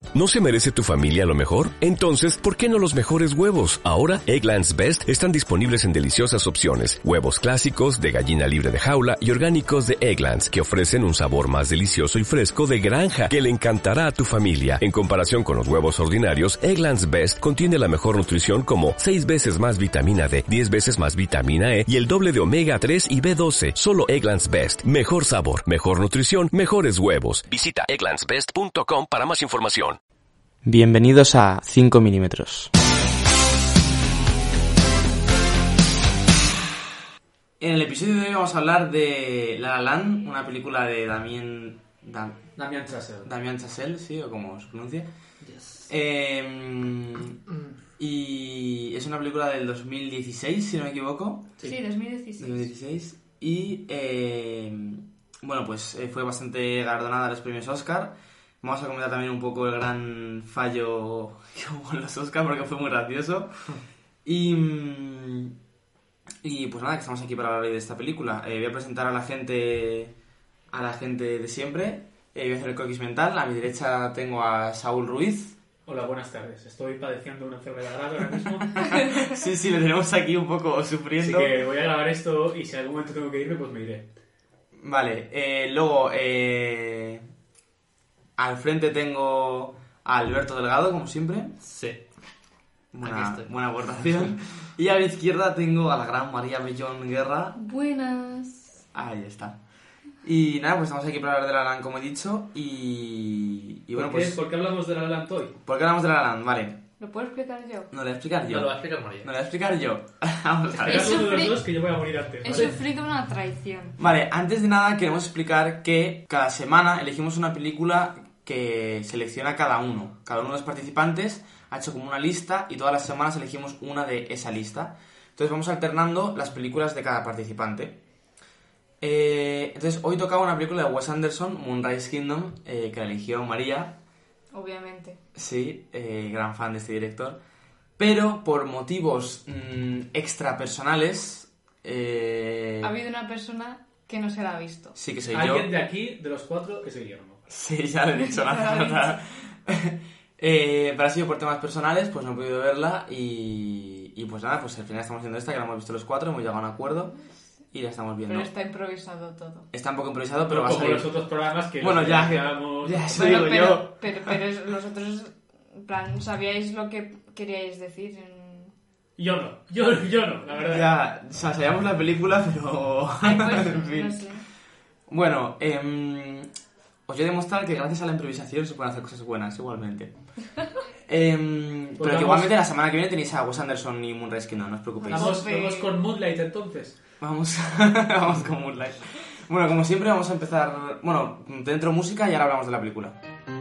¿No se merece tu familia lo mejor? Entonces, ¿por qué no los mejores huevos? Ahora, Eggland's Best están disponibles en deliciosas opciones. Huevos clásicos, de gallina libre de jaula y orgánicos de Eggland's, que ofrecen un sabor más delicioso y fresco de granja que le encantará a tu familia. En comparación con los huevos ordinarios, Eggland's Best contiene la mejor nutrición como 6 veces más vitamina D, 10 veces más vitamina E y el doble de omega 3 y B12. Solo Eggland's Best. Mejor sabor, mejor nutrición, mejores huevos. Visita egglandsbest.com para más información. Bienvenidos a 5 milímetros. En el episodio de hoy vamos a hablar de La La Land, una película de Damien Chazelle, sí, o como se pronuncia. Yes. Y es una película del 2016, si no me equivoco. Sí, 2016. Y bueno, pues fue bastante galardonada a los premios Oscar. Vamos a comentar también un poco el gran fallo que hubo en los Oscar porque fue muy gracioso. Y pues nada, que estamos aquí para hablar hoy de esta película. Voy a presentar a la gente de siempre. Voy a hacer el croquis mental. A mi derecha tengo a Saúl Ruiz. Hola, buenas tardes. Estoy padeciendo una enfermedad grave ahora mismo. Sí, le tenemos aquí un poco sufriendo. Así que voy a grabar esto y si en algún momento tengo que irme, pues me iré. Vale, luego al frente tengo a Alberto Delgado, como siempre. Sí. Buena aportación. Y a la izquierda tengo a la gran María Bellón Guerra. Buenas. Ahí está. Y nada, pues estamos aquí para hablar de La La Land, como he dicho. Y bueno, pues... ¿Por qué hablamos de La La Land hoy? ¿Por qué hablamos de La La Land? Vale. ¿Lo puedo explicar yo? No lo voy a explicar yo. No lo va a explicar María. No lo voy a explicar yo. Vamos a ver. Explica uno de los dos que yo voy a morir antes. He ¿vale? sufrido una traición. Vale, antes de nada queremos explicar que cada semana elegimos una película que selecciona cada uno. Cada uno de los participantes ha hecho como una lista y todas las semanas elegimos una de esa lista. Entonces vamos alternando las películas de cada participante. Entonces hoy tocaba una película de Wes Anderson, Moonrise Kingdom, que la eligió María. Obviamente. Sí, gran fan de este director. Pero por motivos extra personales... Ha habido una persona que no se la ha visto. Sí, que soy yo. Alguien de aquí, de los cuatro, que soy Guillermo. Sí, ya lo he dicho. Pero ha sido por temas personales, pues no he podido verla y pues nada, pues al final estamos haciendo esta, que la hemos visto los cuatro, hemos llegado a un acuerdo y la estamos viendo. Pero está improvisado todo. Está un poco improvisado, pero va a como salir. los otros programas que... Bueno, ya eso digo yo. Pero los en plan, ¿sabíais lo que queríais decir? Yo no, la verdad. Ya, o sea, sabíamos la película, pero... Ay, pues, en fin. no sé. Bueno, os voy a demostrar que gracias a la improvisación se pueden hacer cosas buenas, igualmente. Pero que igualmente la semana que viene tenéis a Wes Anderson y Moonrise Kingdom, no os preocupéis. Vamos con Moonlight entonces. Vamos con Moonlight. Bueno, como siempre vamos a empezar... Bueno, dentro música y ahora hablamos de la película.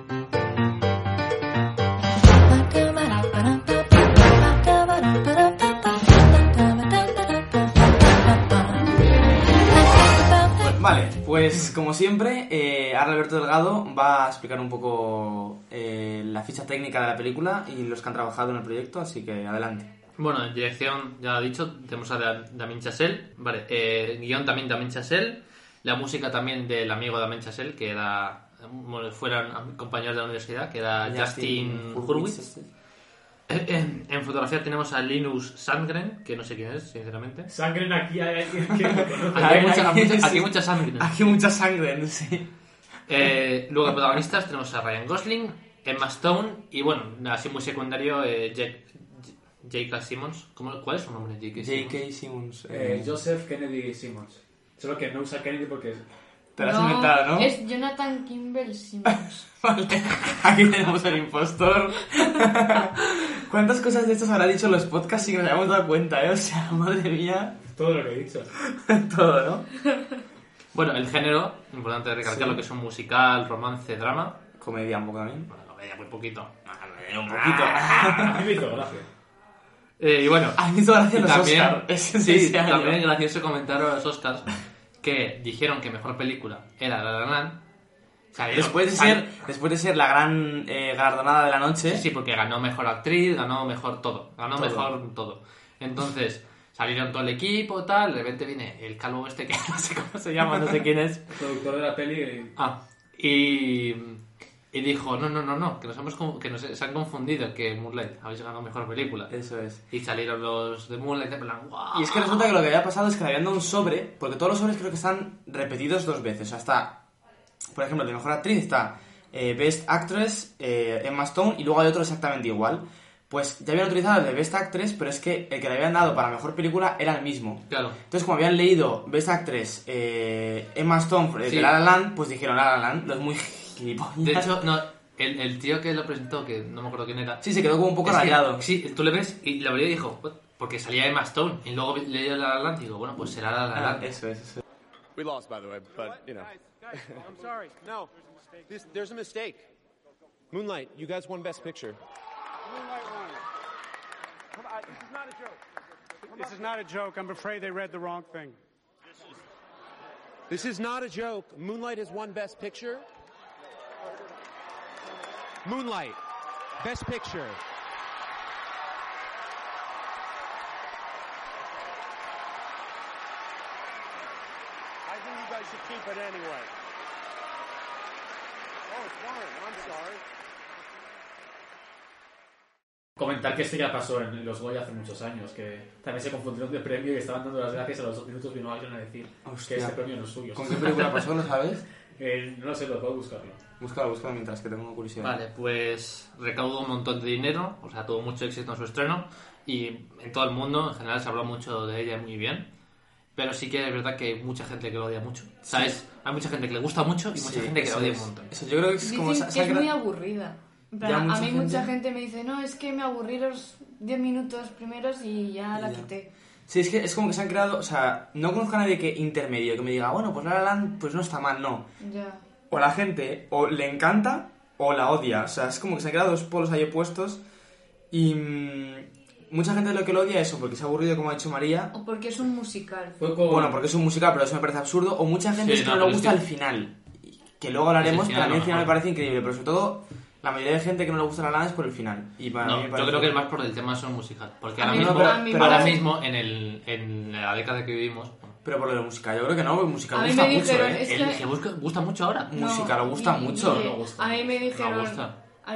Vale, pues como siempre, ahora Alberto Delgado va a explicar un poco la ficha técnica de la película y los que han trabajado en el proyecto, así que adelante. Bueno, en dirección, ya lo he dicho, tenemos a Damien Chazelle. Vale, guión también Damien Chazelle. La música también del amigo Damien Chazelle, que era... Bueno, fueran compañeros de la universidad, que era Justin Hurwitz. En fotografía tenemos a Linus Sandgren, que no sé quién es, sinceramente. Sangren aquí hay alguien que lo conoce. Aquí hay mucha sangre. Aquí mucha sangre, sí. Luego de protagonistas tenemos a Ryan Gosling, Emma Stone y bueno, así muy secundario, J.K. Simmons. ¿Cuál es su nombre? J.K. Simmons. Joseph Kennedy Simmons. Solo que no usa Kennedy porque... Te lo has inventado, ¿no? Es Jonathan Kimball Simmons. Vale, aquí tenemos al impostor. ¿Cuántas cosas de estas habrá dicho en los podcasts y que nos hayamos dado cuenta, O sea, madre mía. Todo lo que he dicho. Todo, ¿no? Bueno, el género, importante recalcar Sí. lo que es un musical, romance, drama. Comedia un poco también. Bueno, comedia muy poquito. Un poquito. A mí me hizo gracia. Y bueno, A mí me hizo gracia y los también, Oscar. sí, también es gracioso comentar a los Oscars que dijeron que mejor película era La La Land. Después de ser la gran galardonada de la noche. Sí, porque ganó mejor actriz, ganó mejor todo. Mejor todo. Entonces, salieron todo el equipo, tal. De repente viene el calvo este que no sé cómo se llama, no sé quién es. El productor de la peli... Y Y dijo, no, que se han confundido, que Moonlight habéis ganado mejor película. Eso es. Y salieron los de Moonlight en plan, ¡guau! Y es que resulta que lo que había pasado es que le habían dado un sobre, porque todos los sobres creo que están repetidos 2 veces. O sea, está, por ejemplo, de mejor actriz está Best Actress, Emma Stone, y luego hay otro exactamente igual. Pues ya habían utilizado el de Best Actress, pero es que el que le habían dado para mejor película era el mismo. Claro. Entonces, como habían leído Best Actress, Emma Stone de Sí. La La Land, pues dijeron La La Land, los muy gilipollas. De hecho, no, el tío que lo presentó, que no me acuerdo quién era... Sí, se quedó como un poco es que, rayado. sí, tú le ves y la vería y dijo, "What?", porque salía Emma Stone. Y luego leía La La Land y digo, bueno, pues será La La Land. Eso es, eso es. We lost, by the way, but, you know. Guys, I'm sorry. No, there's a mistake. Moonlight, you guys won Best Picture. Moonlight won. This is not a joke. This is not a joke. I'm afraid they read the wrong thing. This is not a joke. Moonlight has won Best Picture. Moonlight, Best Picture. I think you guys should keep it anyway. Oh, it's fine. I'm sorry. Comentar que esto ya pasó en los Goya hace muchos años, que también se confundieron de premio y estaban dando las gracias, a los 2 minutos vino alguien a decir Hostia. que ese premio no es suyo. ¿Con qué película pasó, lo sabes? No lo sé, pero puedo buscarlo. Búscalo mientras que tengo curiosidad. Vale, pues recaudó un montón de dinero, o sea, tuvo mucho éxito en su estreno y en todo el mundo, en general, se habló mucho de ella muy bien. Pero sí que es verdad que hay mucha gente que lo odia mucho, ¿sabes? Sí. Hay mucha gente que le gusta mucho y mucha gente que la odia un montón. Eso, yo creo que es como... Dicen que es muy aburrida. En plan, Ya, a mucha mí gente- mucha gente me dice, no, es que me aburrí los 10 minutos primeros y ya la Ya. quité. Sí, es que es como que se han creado... O sea, no conozco a nadie que intermedio, que me diga, bueno, pues La La Land pues no está mal, no. Ya. O a la gente o le encanta o la odia. O sea, es como que se han creado 2 polos ahí opuestos y... mucha gente lo que lo odia es eso, porque se ha aburrido, como ha dicho María. O porque es un musical. Fue con... Bueno, porque es un musical, pero eso me parece absurdo. O mucha gente Sí, es que no, no le pero gusta es el que- final. Que luego hablaremos, Sí, el pero a mí el final final a me lo mejor. parece increíble. Pero sobre todo, la mayoría de gente que no le gusta La La Land es por el final. Y para mí No, me yo parece... creo que es más por el tema de ser un musical. Porque A ahora mí mismo, no, pero a mí me ahora parece- mismo en la década que vivimos, Pero por lo de música, yo creo que no, porque música A mí gusta me mucho, dijeron, ¿eh? es el que- que gusta mucho ahora. No, Música, lo gusta y- mucho. y- No gusta. a mí me dijeron, No gusta.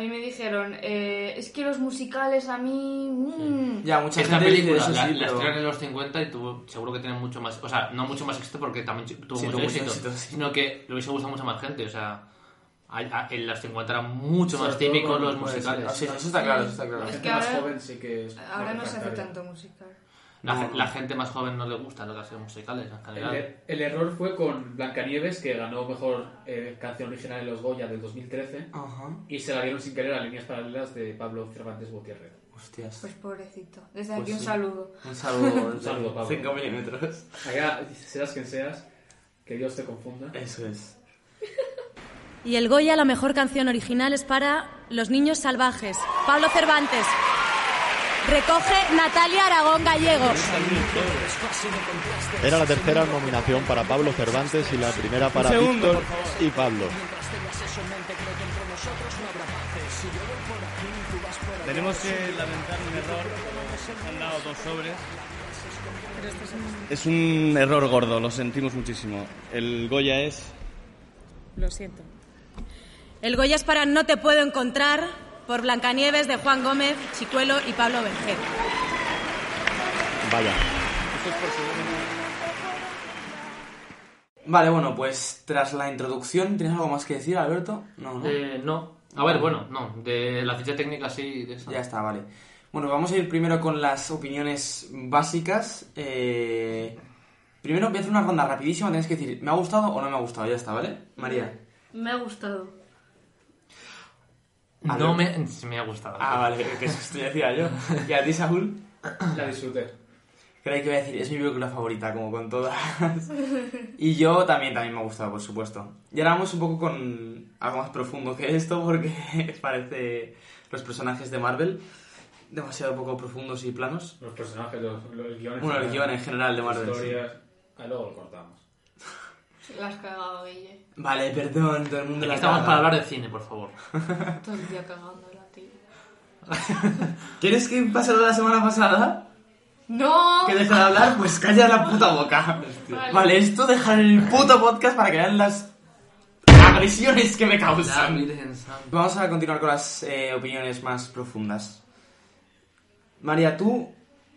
es que los musicales a mí... Ya, mucha Esta gente dice película eso, la sí, pero... estrenaron en los 50 y tuvo, seguro que tiene mucho más... O sea, no mucho más éxito porque también tuvo Sí, mucho tuvo mucho éxito, éxito, sí. sino que le hubiese gustado mucho más gente. O sea, en los 50 eran mucho Sobre más todo típicos con- los Pues, musicales. sí, eso está claro, eso está claro. La Es gente que más ahora- joven sí que es... Ahora no se hace refractaria. tanto musical. La gente más joven no le gusta los musicales en general. El error fue con Blancanieves, que ganó mejor canción original en los Goya del 2013, Ajá. y se la dieron sin querer a Líneas Paralelas de Pablo Cervantes Gutiérrez. Hostias. Pues pobrecito. Desde Pues aquí un sí. saludo. Un saludo. Un saludo, Pablo. 5 milímetros. Allá, seas quien seas, que Dios te confunda. Eso es. Y el Goya, la mejor canción original, es para Los Niños Salvajes. Pablo Cervantes. Recoge Natalia Aragón Gallegos. Era la tercera nominación para Pablo Cervantes y la primera para Víctor y Pablo. Tenemos que lamentar un error. Nos han dado 2 sobres. Es un error gordo, lo sentimos muchísimo. El Goya es... Lo siento. El Goya es para No te puedo encontrar, por Blancanieves, de Juan Gómez, Chicuelo y Pablo Berger. Vaya. Vale, bueno, pues tras la introducción, ¿tienes algo más que decir, Alberto? No, ¿no? No. A ver, bueno, no. De la ficha técnica sí, de esa. Ya está, vale. Bueno, vamos a ir primero con las opiniones básicas. Primero voy a hacer una ronda rapidísima. Tienes que decir, ¿me ha gustado o no me ha gustado? Ya está, ¿vale? María. Me ha gustado. No me ha gustado. Ah, vale, que eso decía yo. ¿Y a ti, Saúl? La disfruté. Creo que iba a decir, es mi película favorita, como con todas. Y yo también me ha gustado, por supuesto. Y ahora vamos un poco con algo más profundo que esto, porque parece los personajes de Marvel demasiado poco profundos y planos. Los personajes, el guion Bueno, el guion en general de las Marvel. historias... Ah, luego lo cortamos. La has cagado, Guille. Vale, perdón, todo el mundo Aquí la estamos caga. para hablar de cine, por favor. Todo el día cagándola, tío. ¿Quieres que pase lo de la semana pasada? ¡No! ¿Que deje de hablar? Pues calla la puta boca. Vale, esto dejar el puto podcast para que vean las lesiones que me causan. La Virgen Santa. Vamos a continuar con las opiniones más profundas. María, tú...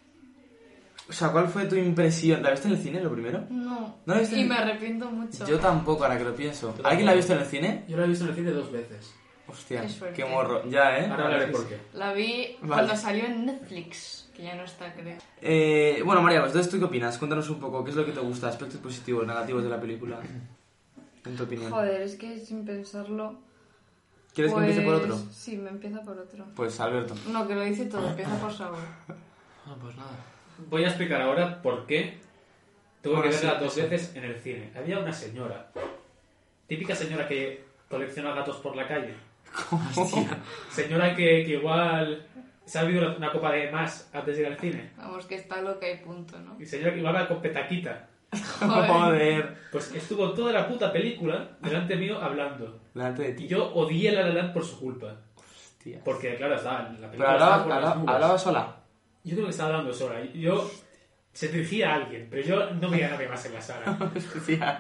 O sea, ¿cuál fue tu impresión? ¿La viste en el cine, lo primero? No. ¿No la viste? Y me arrepiento mucho. Yo tampoco, ahora que lo pienso. ¿Alguien la ha visto en el cine? Yo la he visto en el cine 2 veces. Hostia, Qué suerte. qué morro. Ya, ¿eh? Ahora hablaré por qué. La vi cuando salió en Netflix, que ya no está, creo. Bueno, María, pues entonces, ¿tú qué opinas? Cuéntanos un poco, ¿qué es lo que te gusta? Aspectos positivos, negativos de la película. En tu opinión. Joder, es que sin pensarlo... ¿Quieres que empiece por otro? Sí, me empieza por otro. Pues Alberto. No, que lo dice todo, empieza por Saúl. No, pues nada. Voy a explicar ahora por qué tuve que Bueno, verla sí, 2 sí. veces en el cine. Había una señora, típica señora que colecciona gatos por la calle. Hostia. Señora que igual se ha bebido una copa de más antes de ir al cine. Vamos, que está loca y punto, ¿no? Y señora que igual con petaquita. Joder. Pues estuvo toda la puta película delante mío hablando. Delante de ti. Y yo odié La La Land por su culpa. Hostia. Porque, claro, estaba la Pero película estaba por las hablaba, nubes. hablaba sola. Yo creo que estaba hablando sola. Yo se dirigía a alguien, pero yo no veía a nadie más en la sala. Hostia.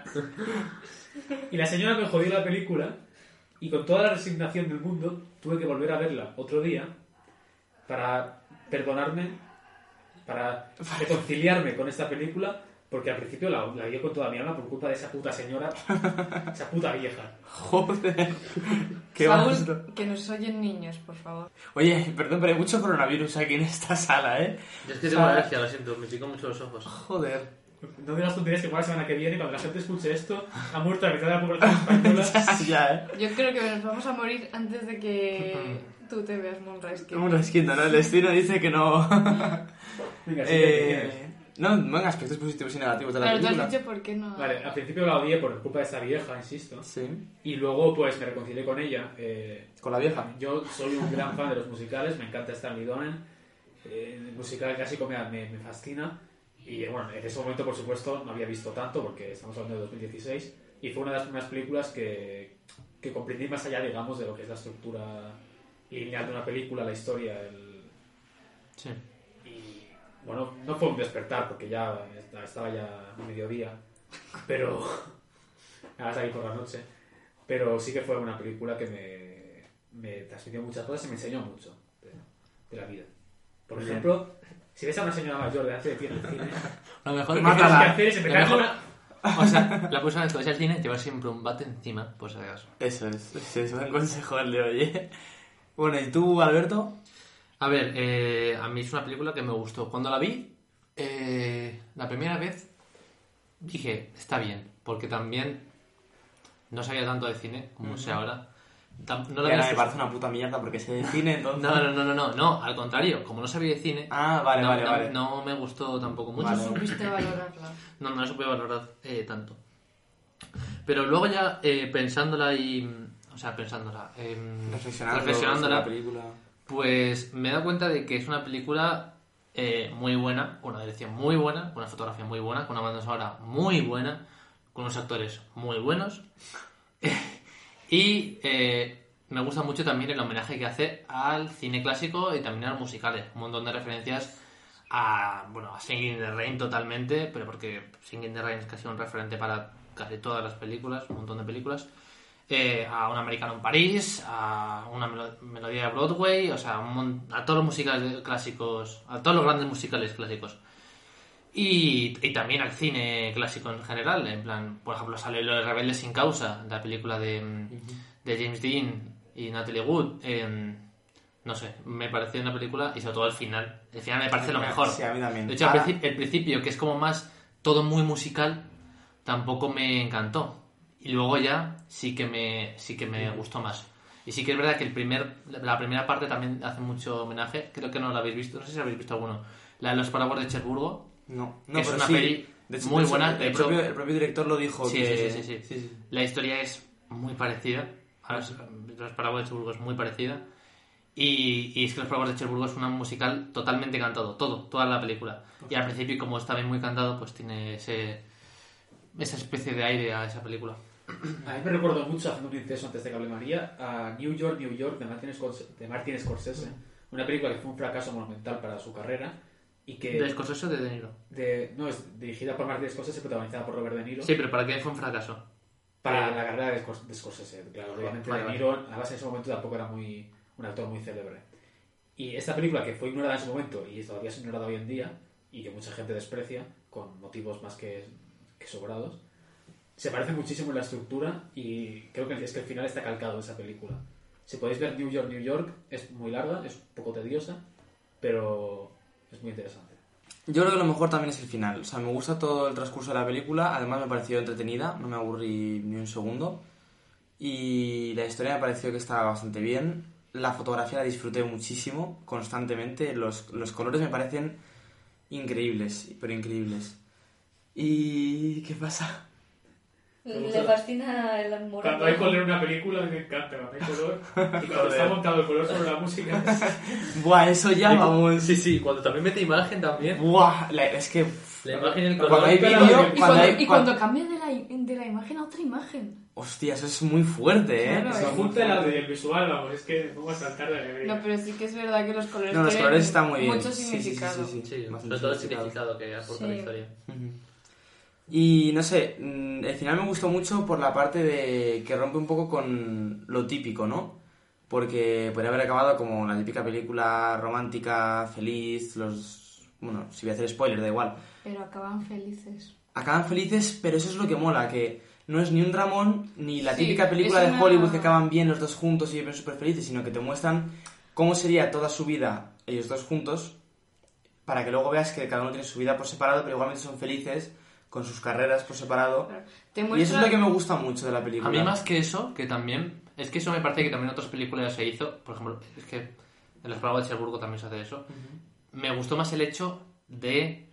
Y la señora me jodió la película y con toda la resignación del mundo tuve que volver a verla otro día para perdonarme, para reconciliarme con esta película, porque al principio la odié con toda mi alma por culpa de esa puta señora, esa puta vieja. Joder. Qué Saúl, vasto. que nos oyen niños, por favor. Oye, perdón, pero hay mucho coronavirus aquí en esta sala, ¿eh? Yo es que tengo alergia, lo siento, me pico mucho los ojos. Joder. No digas tonterías que para la semana que viene, cuando la gente escuche esto, ha muerto la mitad de la población española. Ya, ¿eh? Yo creo que nos vamos a morir antes de que tú te veas Moonrise Kingdom. Un resquinto, ¿no? El destino dice que no... Venga, siguiente. No, venga, aspectos positivos y negativos de la Claro, tú película. has dicho por qué no. Vale, al principio la odié por culpa de esta vieja, insisto. Sí. Y luego, pues, me reconcilié con ella. ¿Con la vieja? Yo soy un gran fan de los musicales, me encanta Stanley Donen. El musical clásico me fascina. Y bueno, en ese momento, por supuesto, no había visto tanto, porque estamos hablando de 2016. Y fue una de las primeras películas que comprendí más allá, digamos, de lo que es la estructura lineal de una película, la historia, Sí. Y bueno, no fue un despertar, porque ya estaba ya a mediodía, pero... Ahora está ahí por la noche. Pero sí que fue una película que me transmitió muchas cosas y me enseñó mucho de la vida. Por ejemplo, si ves a una señora mayor delante de ti en el cine, Lo mejor lo que tienes que hacer es lo empezar mejor- una... O sea, la persona que vais al cine lleva siempre un bate encima, pues si acaso. Eso es buen consejo el de hoy, ¿eh? Bueno, ¿y tú, Alberto? A ver, a mí es una película que me gustó. Cuando la vi, la primera vez, dije, está bien, porque también no sabía tanto de cine como sé ahora. No la Y ahora vi me parece una puta mierda porque sé de cine, entonces... No, al contrario, como no sabía de cine, Ah, vale. no me gustó tampoco mucho. Vale. Supiste valorarla. No supe valorar tanto. Pero luego ya pensándola, Reflexionándola. reflexionándola, sobre la película. pues me he dado cuenta de que es una película muy buena, con una dirección muy buena, con una fotografía muy buena, con una banda sonora muy buena, con unos actores muy buenos. Y me gusta mucho también el homenaje que hace al cine clásico y también a los musicales. Un montón de referencias a Singing in the Rain totalmente, pero porque Singing in the Rain es casi un referente para casi todas las películas, un montón de películas. A Un americano en París, a una melodía de Broadway, o sea, a todos los musicales clásicos, a todos los grandes musicales clásicos. Y también al cine clásico en general, en plan, por ejemplo, sale Los rebeldes sin causa, la película de James Dean y Natalie Wood. No sé, me pareció una película, y sobre todo el final me parece lo mejor. Sí, a mí también. De hecho, el principio, que es como más todo muy musical, tampoco me encantó. Y luego ya sí que me gustó más. Y sí que es verdad que la primera parte también hace mucho homenaje. Creo que no la habéis visto, no sé si la habéis visto alguno. La de Los paraguas de Cherburgo. No, Que es pero una sí. peli De hecho, muy buena. El propio director lo dijo. Sí, que... sí. La historia es muy parecida. Los paraguas de Cherburgo es muy parecida. Y es que Los paraguas de Cherburgo es un musical totalmente cantado. Toda la película. Y al principio, como está bien muy cantado, pues tiene esa especie de aire a esa película. A mí me recuerdo mucho, haciendo un inciso antes de que hable María, a New York de Martin Scorsese. Una película que fue un fracaso monumental para su carrera. Y que ¿De Scorsese o de De Niro? No, es dirigida por Martin Scorsese, protagonizada por Robert De Niro. Sí, pero ¿para qué fue un fracaso? Para la carrera de Scorsese, claro. Obviamente De Niro, además en ese momento tampoco era un actor muy célebre. Y esta película, que fue ignorada en su momento y todavía es ignorada hoy en día, y que mucha gente desprecia, con motivos más que sobrados, se parece muchísimo en la estructura y creo que es que el final está calcado de esa película. Si podéis ver New York, es muy larga, es un poco tediosa, pero es muy interesante. Yo creo que lo mejor también es el final. O sea, me gusta todo el transcurso de la película. Además me pareció entretenida, no me aburrí ni un segundo. Y la historia me pareció que estaba bastante bien. La fotografía la disfruté muchísimo, constantemente. Los colores me parecen increíbles, pero increíbles. ¿Y qué pasa? Le fascina el amor. Cuando hay color en una película me encanta, cuando hay color. Y cuando está montado el color sobre la música. Buah, eso ya vamos. Sí, cuando también mete imagen también. Buah, es que la imagen y el color. Cuando hay vídeo, y cuando cambia de la imagen a otra imagen. Hostia, eso es muy fuerte, ¿eh? Claro, se junta el audio y el visual, vamos, es que vamos a saltar de alegría. No, pero sí que es verdad que los colores los colores están muy bien. Mucho significado. Sí, sobre todo el significado que aporta la historia. Y no sé, el final me gustó mucho por la parte de que rompe un poco con lo típico, ¿no? Porque podría haber acabado como la típica película romántica, feliz, bueno, si voy a hacer spoiler, da igual. Pero acaban felices. Acaban felices, pero eso es lo que mola, que no es ni un dramón, ni la típica película de Hollywood que acaban bien los dos juntos y viven súper felices, sino que te muestran cómo sería toda su vida ellos dos juntos, para que luego veas que cada uno tiene su vida por separado, pero igualmente son felices con sus carreras por separado. Y eso es lo que me gusta mucho de la película. A mí más que eso, que también... Es que eso me parece que también en otras películas se hizo. Por ejemplo, es que en Las Pruebas de Cherburgo también se hace eso. Me gustó más el hecho de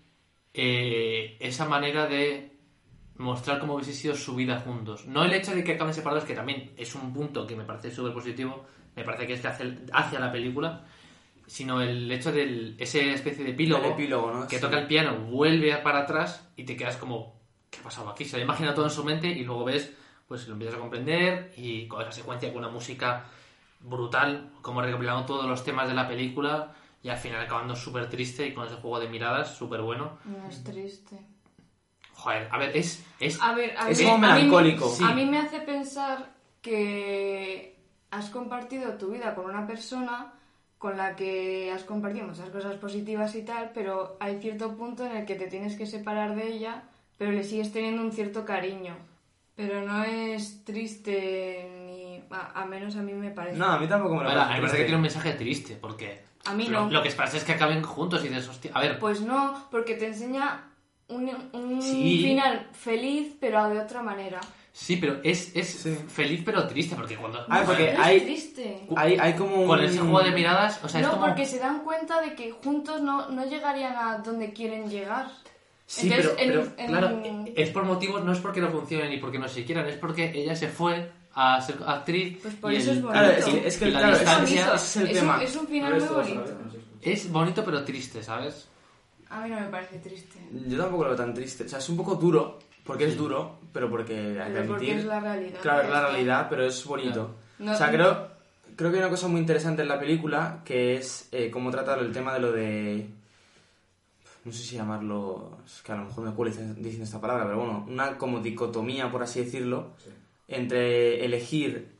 esa manera de mostrar cómo hubiese sido su vida juntos. No el hecho de que acaben separados, que también es un punto que me parece súper positivo, me parece que es que hacia la película, sino el hecho de ese especie de epílogo, ¿no? Que toca el piano, vuelve para atrás y te quedas como, ¿qué ha pasado aquí? Se lo imagina todo en su mente y luego ves, pues lo empiezas a comprender y con esa secuencia con una música brutal, como recopilando todos los temas de la película y al final acabando súper triste y con ese juego de miradas súper bueno. No es triste. Joder, a ver, es como melancólico. A mí me hace pensar que has compartido tu vida con una persona con la que has compartido muchas cosas positivas y tal, pero hay cierto punto en el que te tienes que separar de ella, pero le sigues teniendo un cierto cariño. Pero no es triste ni... A menos a mí me parece. No, a mí tampoco me lo parece. Me parece que tiene un mensaje triste, porque... A mí no. Lo que pasa es que acaben juntos y dices, hostia, a ver... Pues no, porque te enseña un final feliz, pero de otra manera. Sí, pero es feliz pero triste, porque cuando... porque es triste. Hay como con ese juego de miradas, o sea, no, es como... porque se dan cuenta de que juntos no llegarían a donde quieren llegar. Sí, entonces, pero claro, es por motivos, no es porque no funcionen ni porque no se quieran, es porque ella se fue a ser actriz. Pues por eso es bonito. Claro, es que la distancia es el tema. Es un final muy bonito. Es bonito pero triste, ¿sabes? A mí no me parece triste. Yo tampoco lo veo tan triste. O sea, es un poco duro, porque es duro, pero porque hay que admitir... Porque es la realidad. Claro, es la realidad, pero es bonito. No, o sea, creo que hay una cosa muy interesante en la película, que es cómo tratar el tema de lo de... No sé si llamarlo... Es que a lo mejor me cuelo diciendo esta palabra, pero bueno, una como dicotomía, por así decirlo, entre elegir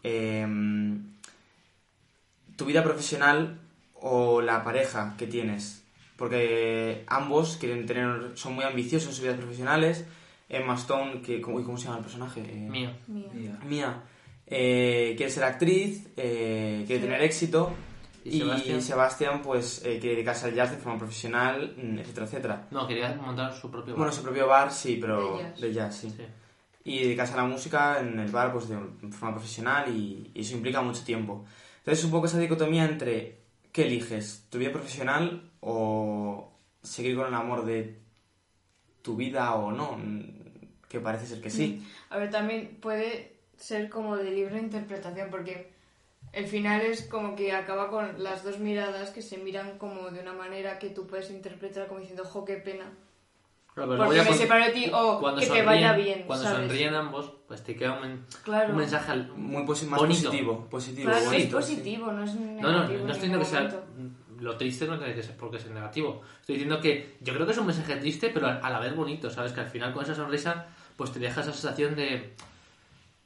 tu vida profesional o la pareja que tienes. Porque ambos son muy ambiciosos en sus vidas profesionales. Emma Stone, ¿cómo se llama el personaje? Mia. Quiere ser actriz, quiere tener éxito. Y Sebastián pues quiere dedicarse al jazz de forma profesional, etcétera, etcétera. No, quería montar su propio bar. Bueno, su propio bar, sí, pero de jazz, sí. Y dedicarse a la música en el bar pues de forma profesional y eso implica mucho tiempo. Entonces un poco esa dicotomía entre ¿qué eliges? ¿Tu vida profesional o seguir con el amor de tu vida o no? Que parece ser que sí. A ver, también puede ser como de libre interpretación, porque el final es como que acaba con las dos miradas que se miran como de una manera que tú puedes interpretar como diciendo, jo, qué pena. Pero porque me separo de ti, o que te vaya bien. Cuando ¿sabes? Sonríen ambos, pues te queda un mensaje muy positivo. Claro, bonito, es positivo, no es negativo. No estoy diciendo que sea... Lo triste no tiene que ser porque es negativo. Estoy diciendo que yo creo que es un mensaje triste, pero a la vez bonito, ¿sabes? Que al final con esa sonrisa pues te deja esa sensación de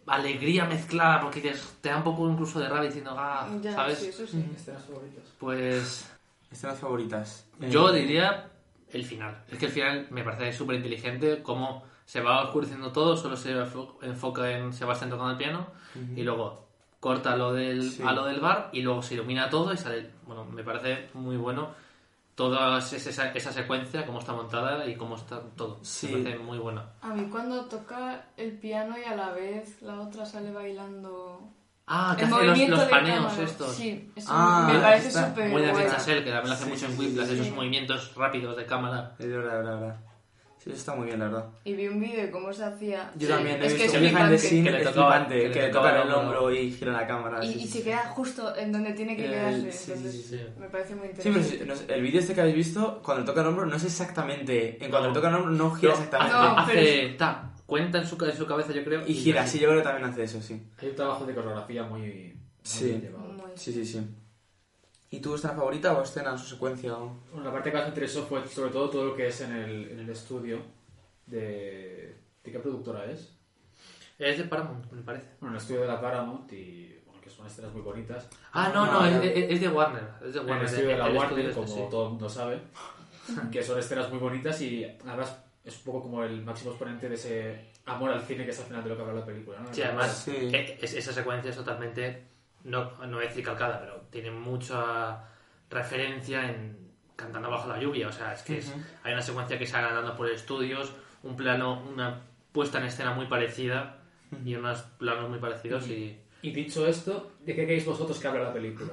alegría mezclada, porque te da un poco incluso de rabia diciendo, Ya, ¿sabes? sí, eso sí. Escenas favoritas. Pues Escenas favoritas. yo diría el final. Es que el final me parece súper inteligente, cómo se va oscureciendo todo, solo se enfoca en Sebastián tocando el piano y luego corta a lo del bar y luego se ilumina todo y sale... Bueno, me parece muy bueno toda esa secuencia, cómo está montada y cómo está todo. Sí. Me parece muy buena. A mí cuando toca el piano y a la vez la otra sale bailando... Que el hace movimiento los de paneos cámara. estos. Sí, eso Ah, me parece está súper Muy de guay. Damien Chazelle, que también lo hace Sí, mucho en sí, Whiplash, sí. esos movimientos rápidos de cámara. Es verdad. Sí, eso está muy bien, la verdad. Y vi un vídeo de cómo se hacía... Yo también he es que visto es un behind the flipante. scene Que le es tocaba- flipante, que le que le tocaba tocan el el hombro. hombro y gira la cámara. Y se queda justo en donde tiene que quedarse. Sí, Entonces, sí. me parece muy Sí, pero interesante. el vídeo este que habéis visto, cuando le toca el hombro, no es exactamente... En cuando le toca el hombro, no gira exactamente. No, Hace... cuenta en su cabeza, yo creo. Y gira, sí, yo creo que también hace eso, sí. Hay un trabajo de coreografía muy bien llevado. Sí. ¿Y tu escena favorita o escena, su secuencia? Bueno, la parte que más me interesó fue sobre todo lo que es en el estudio de qué productora es. Es de Paramount, me parece. Bueno, el estudio de la Paramount y bueno, que son escenas muy bonitas. No, es de Warner. Es de En Warner. el estudio de la el Warner, estudio como sí. todo el mundo sabe, que son escenas muy bonitas y además es un poco como el máximo exponente de ese amor al cine que es al final de lo que habla la película, ¿no? Sí, además, esa secuencia es totalmente, no es decir calcada, pero tiene mucha referencia en Cantando bajo la lluvia. O sea, es que hay una secuencia que se va andando por estudios, un plano, una puesta en escena muy parecida y unos planos muy parecidos. Y dicho esto, ¿de qué queréis vosotros que habla la película?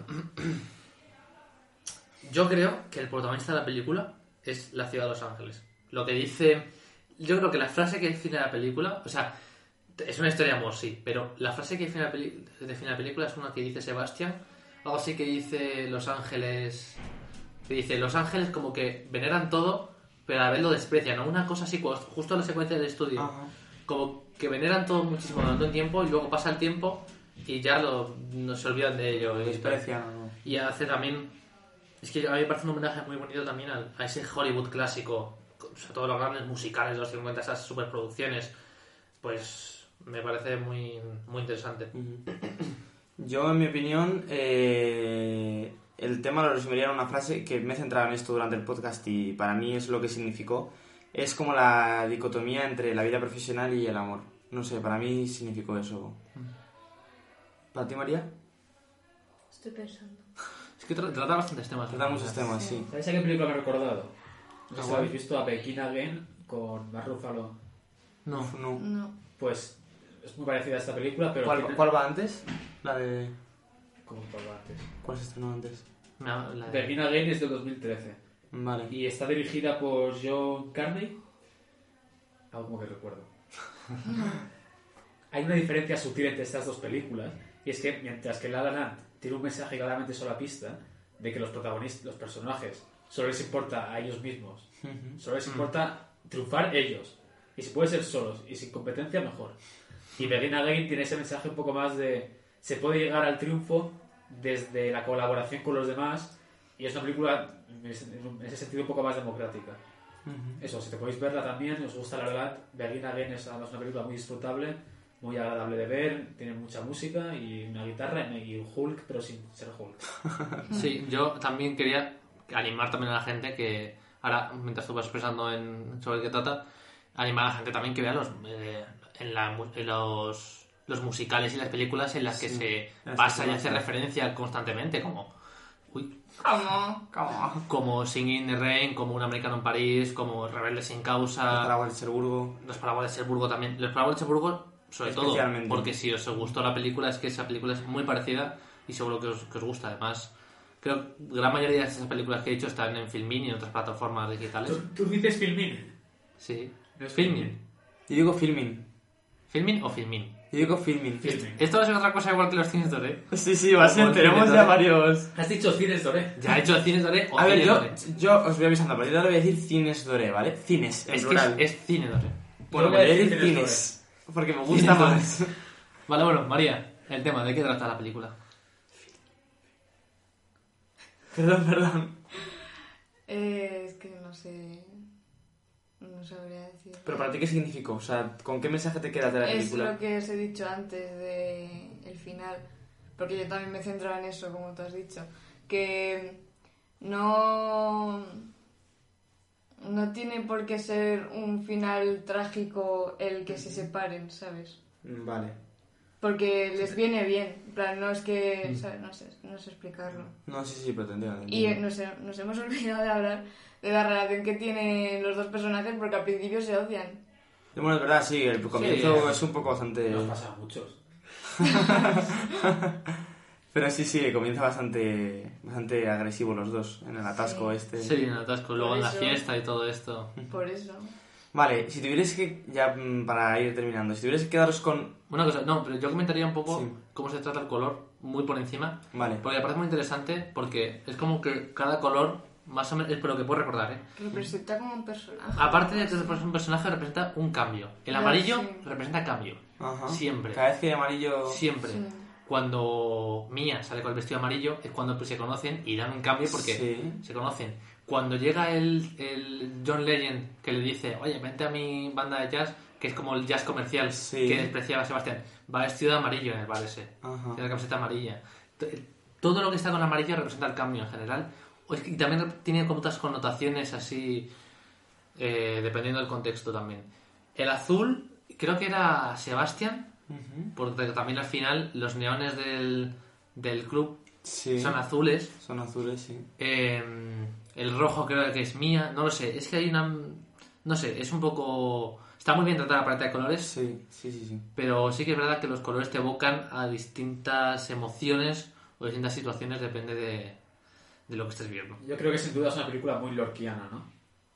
yo creo que el protagonista de la película es la ciudad de Los Ángeles. Lo que dice... Yo creo que la frase que define la película... O sea, es una historia de amor, sí, pero la frase que define la película es una que dice Sebastián, algo así que dice Los Ángeles... Que dice, Los Ángeles como que veneran todo, pero a la vez lo desprecian, ¿no? Una cosa así, justo en la secuencia del estudio. Ajá. Como que veneran todo muchísimo durante un tiempo y luego pasa el tiempo y ya no se olvidan de ello. Lo desprecian, ¿no? Y hace también... Es que a mí me parece un homenaje muy bonito también a ese Hollywood clásico, o sea, todos los grandes musicales de los 50, esas superproducciones, pues me parece muy, muy interesante. Yo, en mi opinión, el tema lo resumiría en una frase que me he centrado en esto durante el podcast y para mí es lo que significó. Es como la dicotomía entre la vida profesional y el amor. No sé, para mí significó eso. ¿Para ti, María? Estoy pensando. Es que trata bastantes temas. Trata muchos temas, sí. ¿Sabéis a qué película me he recordado? No sé si ¿Cuál? lo habéis visto, a Begin Again con Mark Ruffalo. No. Pues es muy parecida a esta película, pero... ¿Cuál va antes? La de... ¿Cómo cuál va antes? ¿Cuál se estrenó antes? Begin Again es del 2013. Vale. Y está dirigida por John Carney. Algo como que recuerdo. Hay una diferencia sutil entre estas dos películas, y es que mientras que La La Land tiene un mensaje claramente solapista de que los protagonistas, los personajes, solo les importa a ellos mismos, solo les importa triunfar ellos, y si puede ser solos y sin competencia, mejor. Y Begin Again tiene ese mensaje un poco más de se puede llegar al triunfo desde la colaboración con los demás, y es una película en ese sentido un poco más democrática. Eso, si te podéis verla también, os gusta La La Land, Begin Again es además una película muy disfrutable, muy agradable de ver, tiene mucha música y una guitarra y un Hulk, pero sin ser Hulk. Sí, yo también quería animar también a la gente que ahora, mientras tú vas expresando sobre qué trata, animar a la gente también que vea los musicales y las películas en las que se basa y hace referencia constantemente, como como Singing in the Rain, como Un Americano en París, como Rebelde sin causa, Los Paraguas de Cherburgo. Los Paraguas de Cherburgo también. Los Paraguas de Cherburgo, sobre todo, porque si os gustó la película, es que esa película es muy parecida y seguro que os gusta. Además, creo que la gran mayoría de esas películas que he dicho están en Filmin y en otras plataformas digitales. ¿Tú dices Filmin? Sí. No es Filmin. Yo digo Filmin. ¿Filmin o Filmin? Yo digo Filmin. Esto va a ser otra cosa igual que los cines Doré. Sí, va a ser. Tenemos ya varios. Has dicho cines Doré. Ya he hecho cines Doré o a ver, cines Doré. yo os voy avisando, pero yo ahora voy a decir cines Doré, ¿vale? Cines, en Es plural. que es cine Doré. Bueno, voy a decir cines. Porque me gusta más. Vale, bueno, María, el tema, ¿de qué trata la película? Perdón. Es que no sé. No sabría decir. pero para ti, ¿qué significó? O sea, ¿con qué mensaje te quedas de la película? Es lo que os he dicho antes del final, porque yo también me he centrado en eso, como tú has dicho, que no tiene por qué ser un final trágico el que se separen, ¿sabes? Vale. Porque les viene bien, en plan, no es que, ¿sabes? No sé explicarlo. No, sí, pero te entiendo. Y nos hemos olvidado de hablar de la relación que tienen los dos personajes, porque al principio se odian. Bueno, es verdad, sí, el comienzo es un poco bastante... Nos pasa a muchos. Pero sí, comienza bastante agresivo los dos, en el atasco este. Sí, en el atasco, luego en la fiesta y todo esto. Por eso. Vale, si tuvierais que, ya para ir terminando, si tuvierais que quedaros con... Una cosa, no, pero yo comentaría un poco cómo se trata el color, muy por encima. Vale. Porque me parece muy interesante, porque es como que cada color, más o menos, es por lo que puedo recordar, Representa como un personaje. Aparte de que un personaje, representa un cambio. El amarillo representa cambio. Ajá. Siempre. Cada vez que hay amarillo... Siempre. Sí. Cuando Mia sale con el vestido amarillo es cuando se conocen y dan un cambio porque se conocen. Cuando llega el John Legend que le dice, oye, vente a mi banda de jazz, que es como el jazz comercial que despreciaba a Sebastián, va vestido de amarillo en el bar ese. Tiene la camiseta amarilla. Todo lo que está con amarillo representa el cambio en general. Y también tiene como otras connotaciones así, dependiendo del contexto también. El azul, creo que era Sebastián, porque también al final los neones del club son azules. Son azules, sí. El rojo creo que es Mía, no lo sé. Es que hay una... No sé, es un poco... Está muy bien tratada la paleta de colores. Sí. Pero sí que es verdad que los colores te evocan a distintas emociones o distintas situaciones, depende de lo que estés viendo. Yo creo que sin duda es una película muy lorquiana, ¿no?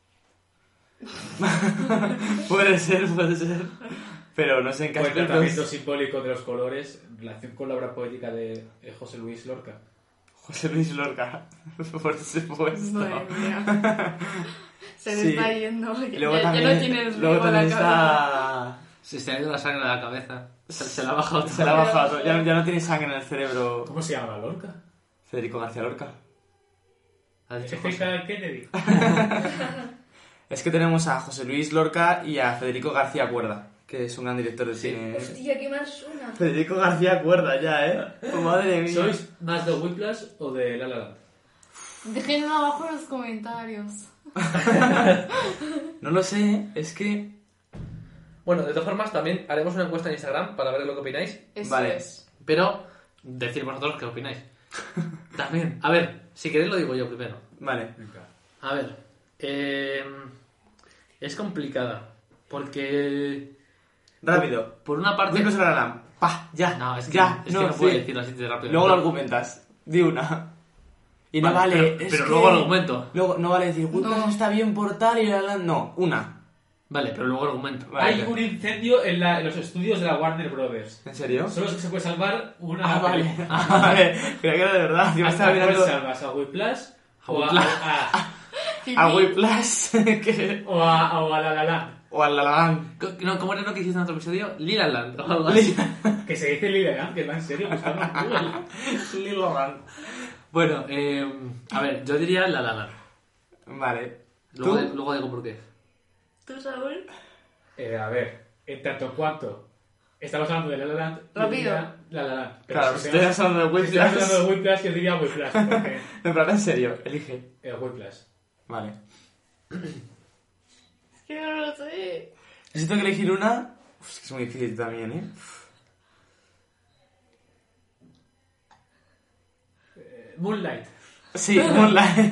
Puede ser. Pero no sé en qué aspectos. El tratamiento simbólico de los colores en relación con la obra poética de José Luis Lorca. José Luis Lorca, por supuesto. Madre mía. Se le está yendo. Luego ya no tienes luego también la cabeza. Se está yendo la sangre de la cabeza. Se la ha bajado todo. Se la ha bajado todo. Ya no tiene sangre en el cerebro. ¿Cómo se llama Lorca? Federico García Lorca. Kennedy. Es que tenemos a José Luis Lorca y a Federico García Cuerda, que es un gran director de cine. Hostia, qué mal suena. Federico García Cuerda ya, Oh, madre mía. ¿Sois más de Whiplash o de La La Land? Déjenlo abajo en los comentarios. No lo sé, es que... Bueno, de todas formas, también haremos una encuesta en Instagram para ver lo que opináis. Eso es. Pero, decir vosotros qué opináis. También. A ver, si queréis lo digo yo primero. Vale. A ver. Es complicada. Porque... Rápido. Por una parte... Whiplash o La La Land. ¡Pah! Ya. No, es que ya, no puedo decirlo así de rápido. Luego lo argumentas. Di una. Y no vale... Pero luego argumento. Luego, no vale decir Whiplash está bien por tal y La La Land... No, una. Vale, pero luego argumento. Hay un incendio en los estudios de la Warner Brothers. ¿En serio? Solo se puede salvar una... Ah, vale. Vale. Creía que era de verdad. Yo estaba mirando... ¿Cuál salvas? ¿A Whiplash? ¿A Whiplash? ¿O a La La Land? O a La La Land. No, ¿cómo era lo que hiciste en otro episodio? Lila Land o algo así. Que se dice Lila Land, que va en serio. Lila Land. Bueno, a ver, yo diría La La Land. Vale. Luego digo por qué. ¿Tú, Saúl? A ver, en tanto cuanto estamos hablando de La La Land, rápido. La La Land. Pero claro, si estás hablando de Whiplash... Si estás hablando de Whiplash, yo diría Whiplash. Porque... No, pero en serio, elige. Whiplash. Vale. Es que no lo sé. Necesito que elegir una... Uf, es que es muy difícil también, Moonlight. Sí, Moonlight.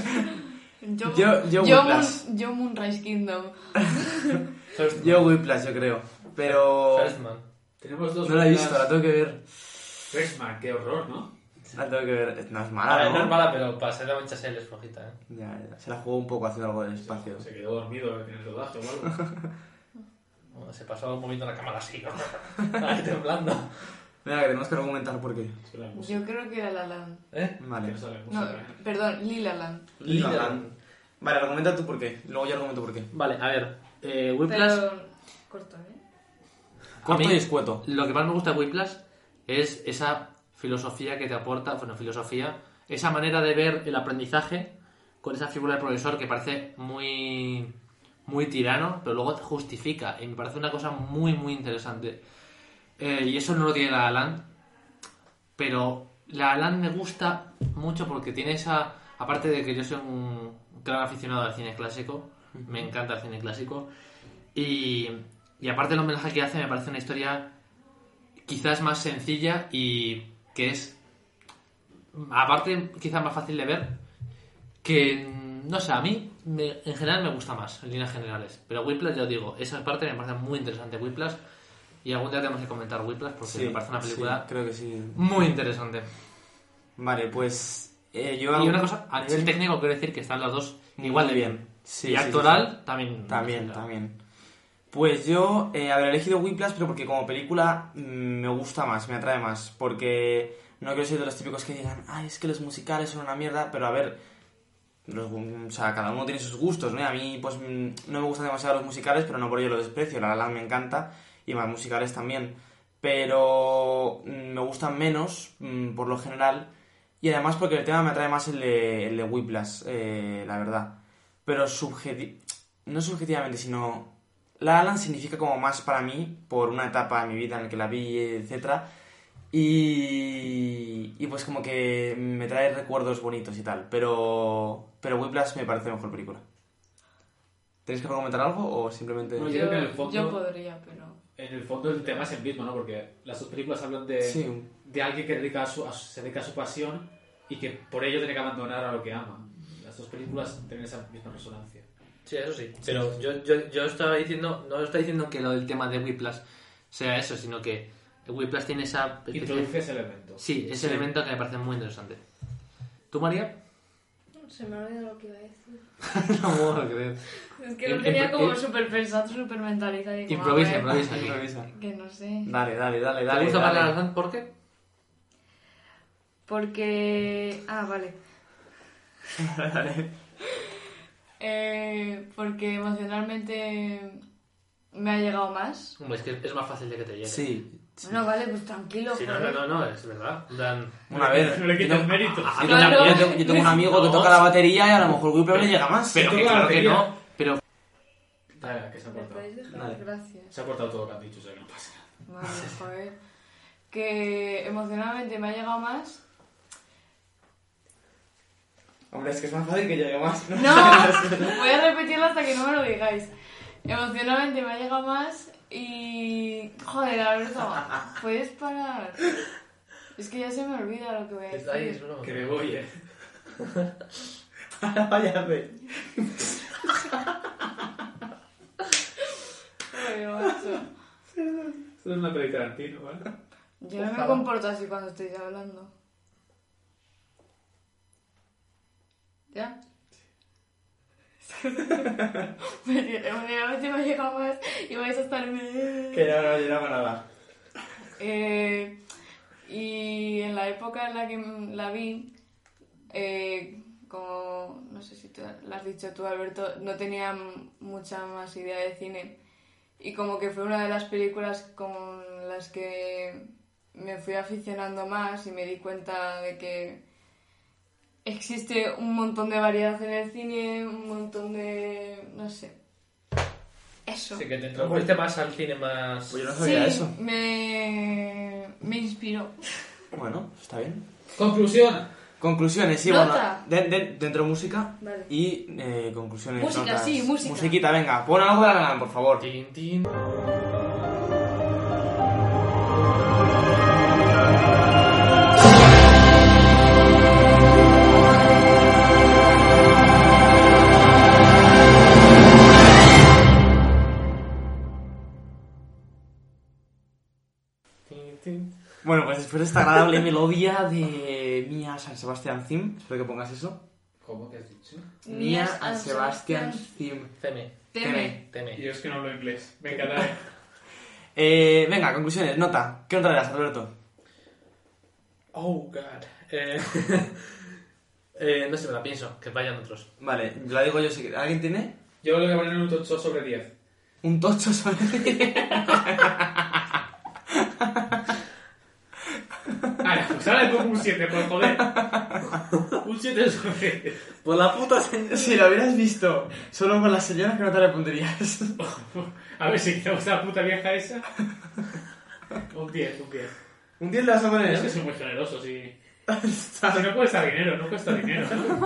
Yo Moonrise Kingdom. Yo Whiplash, yo creo. Pero... Firstman. Tenemos dos... No la he visto, la tengo que ver. Firstman, qué horror, ¿no? La tengo que ver. No es mala, A ver, ¿no? no es mala, pero para ser la mancha es flojita, Ya. Se la jugó un poco haciendo algo del espacio. Se quedó dormido en el rodaje o algo. Bueno, se pasó moviendo la cámara así, ahí temblando. Mira, que tenemos que argumentar por qué. Yo creo que era La Land. Vale. No, perdón, Lila Land. Lila Land. Vale, argumenta tú por qué. Luego yo argumento por qué. Vale, a ver. Whiplash... Pero... Corto, Corto y escueto. Lo que más me gusta de Whiplash es esa filosofía que te aporta, esa manera de ver el aprendizaje con esa figura del profesor que parece muy muy tirano, pero luego te justifica. Y me parece una cosa muy, muy interesante. Y eso no lo tiene La La Land. Pero La La Land me gusta mucho porque tiene esa... Aparte de que yo soy un gran aficionado al cine clásico, me encanta el cine clásico. Y aparte el homenaje que hace me parece una historia quizás más sencilla y que es... Aparte quizás más fácil de ver, que no sé, a mí en general me gusta más, en líneas generales. Pero Whiplash, ya os digo, esa parte me parece muy interesante, Whiplash. Y algún día tenemos que comentar Whiplash porque me parece una película creo que sí. muy interesante. Vale, pues y una cosa, a nivel técnico quiero decir que están los dos igual de bien. Sí, y actoral también. También. Pues yo habría elegido Whiplash, pero porque como película me gusta más, me atrae más. Porque no quiero ser de los típicos que digan, ay, es que los musicales son una mierda, pero a ver, o sea, cada uno tiene sus gustos, ¿no? Y a mí, pues, no me gustan demasiado los musicales, pero no por ello lo desprecio. La La Land me encanta, y más musicales también. Pero me gustan menos, por lo general, y además porque el tema me atrae más el de Whiplash, la verdad. Pero no subjetivamente, sino... La La Land significa como más para mí, por una etapa de mi vida en la que la vi, etcétera. Y pues como que me trae recuerdos bonitos y tal. Pero Whiplash me parece mejor película. ¿Tenéis que comentar algo o simplemente...? No, yo creo que en el fondo... Yo podría, pero... En el fondo el tema es el mismo, ¿no? Porque las dos películas hablan de alguien que se dedica a su pasión y que por ello tiene que abandonar a lo que ama. Las dos películas tienen esa misma resonancia. Sí, eso sí. Pero yo estaba diciendo... No estaba diciendo que lo del tema de Whiplash sea eso, sino que Whiplash tiene esa... Introduce ese elemento. Sí, ese elemento que me parece muy interesante. ¿Tú, María? Se me ha olvidado lo que iba a decir. No puedo creer. Es que lo tenía como súper pensado, súper mentalizado. Improvisa. Que no sé. Dale. ¿Te gusta más La La Land? ¿Por qué? Porque... vale. Porque emocionalmente me ha llegado más. Es que es más fácil de que te llegue. Sí. Bueno, vale, pues tranquilo. Sí, no, es verdad. A ver, no le quitas mérito. Yo tengo un amigo que toca la batería y a lo mejor Whiplash le llega más. Pero claro que no. Pero... Dale, que se ha cortado. Gracias. Se ha cortado todo lo que han dicho, o sea que no pasa nada. Vale, joder. Que emocionalmente me ha llegado más. Hombre, es que es más fácil que llegue más. No, voy a repetirlo hasta que no me lo digáis. Emocionalmente me ha llegado más y... Joder, Alberto, ¿puedes parar? Es que ya se me olvida lo que voy a decir. Que me voy, Váyame. Ay, macho. Esto es una peli Tarantino, ¿vale? Yo no me comporto así cuando estoy hablando. ¿Ya? Emocionalmente me ha llegado más y vais a estar... Que no llegaba nada. Y en la época en la que la vi, como no sé si lo has dicho tú, Alberto, no tenía mucha más idea de cine y como que fue una de las películas con las que me fui aficionando más y me di cuenta de que existe un montón de variedad en el cine, un montón de... no sé. Eso. Sí, que te fuiste más al cine más... Pues yo no sabía eso. Me inspiró. Bueno, está bien. Conclusiones, sí, Nota. bueno. Dentro música. Vale. Y conclusiones. Música, notas. sí, música. Musiquita, venga. Pon algo de La La Land, por favor. Tin. Bueno, pues después de esta agradable melodía de Mia San Sebastian Theme, espero que pongas eso. ¿Cómo que has dicho? Mia San Sebastian Theme. Teme. Yo es que no hablo inglés. Venga, dale. Venga, conclusiones, nota. ¿Qué nota le das, Alberto? Oh, God. No sé, me la pienso. Que vayan otros. Vale, la digo yo si quieres. ¿Alguien tiene? Yo le voy a poner un 8 sobre 10. Un tocho sobre 10. Pues ahora le pongo un 7, por joder. Un 7 sobre 10. Por la puta señora. Si lo hubieras visto solo con las señoras, ¿qué nota le pondrías? A ver si quitamos la puta vieja esa. Un 10. ¿Un 10 le vas a poner? Es que soy muy generoso, sí. Si no cuesta dinero, no cuesta dinero.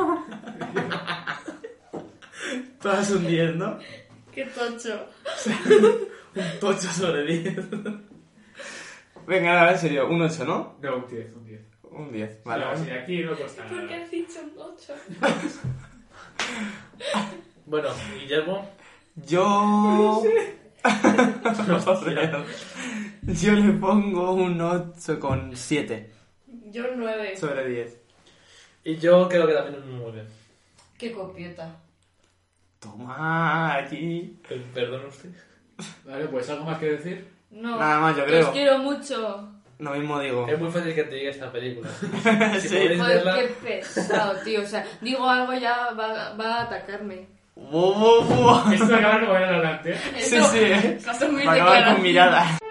Todas un 10, ¿no? Qué tocho. Un tocho sobre 10. Venga, ahora en serio, un 8, ¿no? No, un 10. Un 10, vale. Si de aquí no cuesta nada. ¿Por qué has dicho un 8? Bueno, Guillermo. Yo... Yo le pongo un 8,7 Yo 9. sobre 10. Y yo creo que también un 9. Qué copieta. Toma, aquí. Perdón usted. Vale, pues ¿algo más que decir? No. Nada más, yo Os creo. quiero mucho. Lo mismo digo. Es muy fácil que te diga esta película. Si Sí. podéis Joder, verla... qué pesado, tío. O sea, digo algo ya va a atacarme. Wow. Esto acaba como ir adelante. Sí, Esto sí. va a ser muy Va a acabar con declarativo. miradas.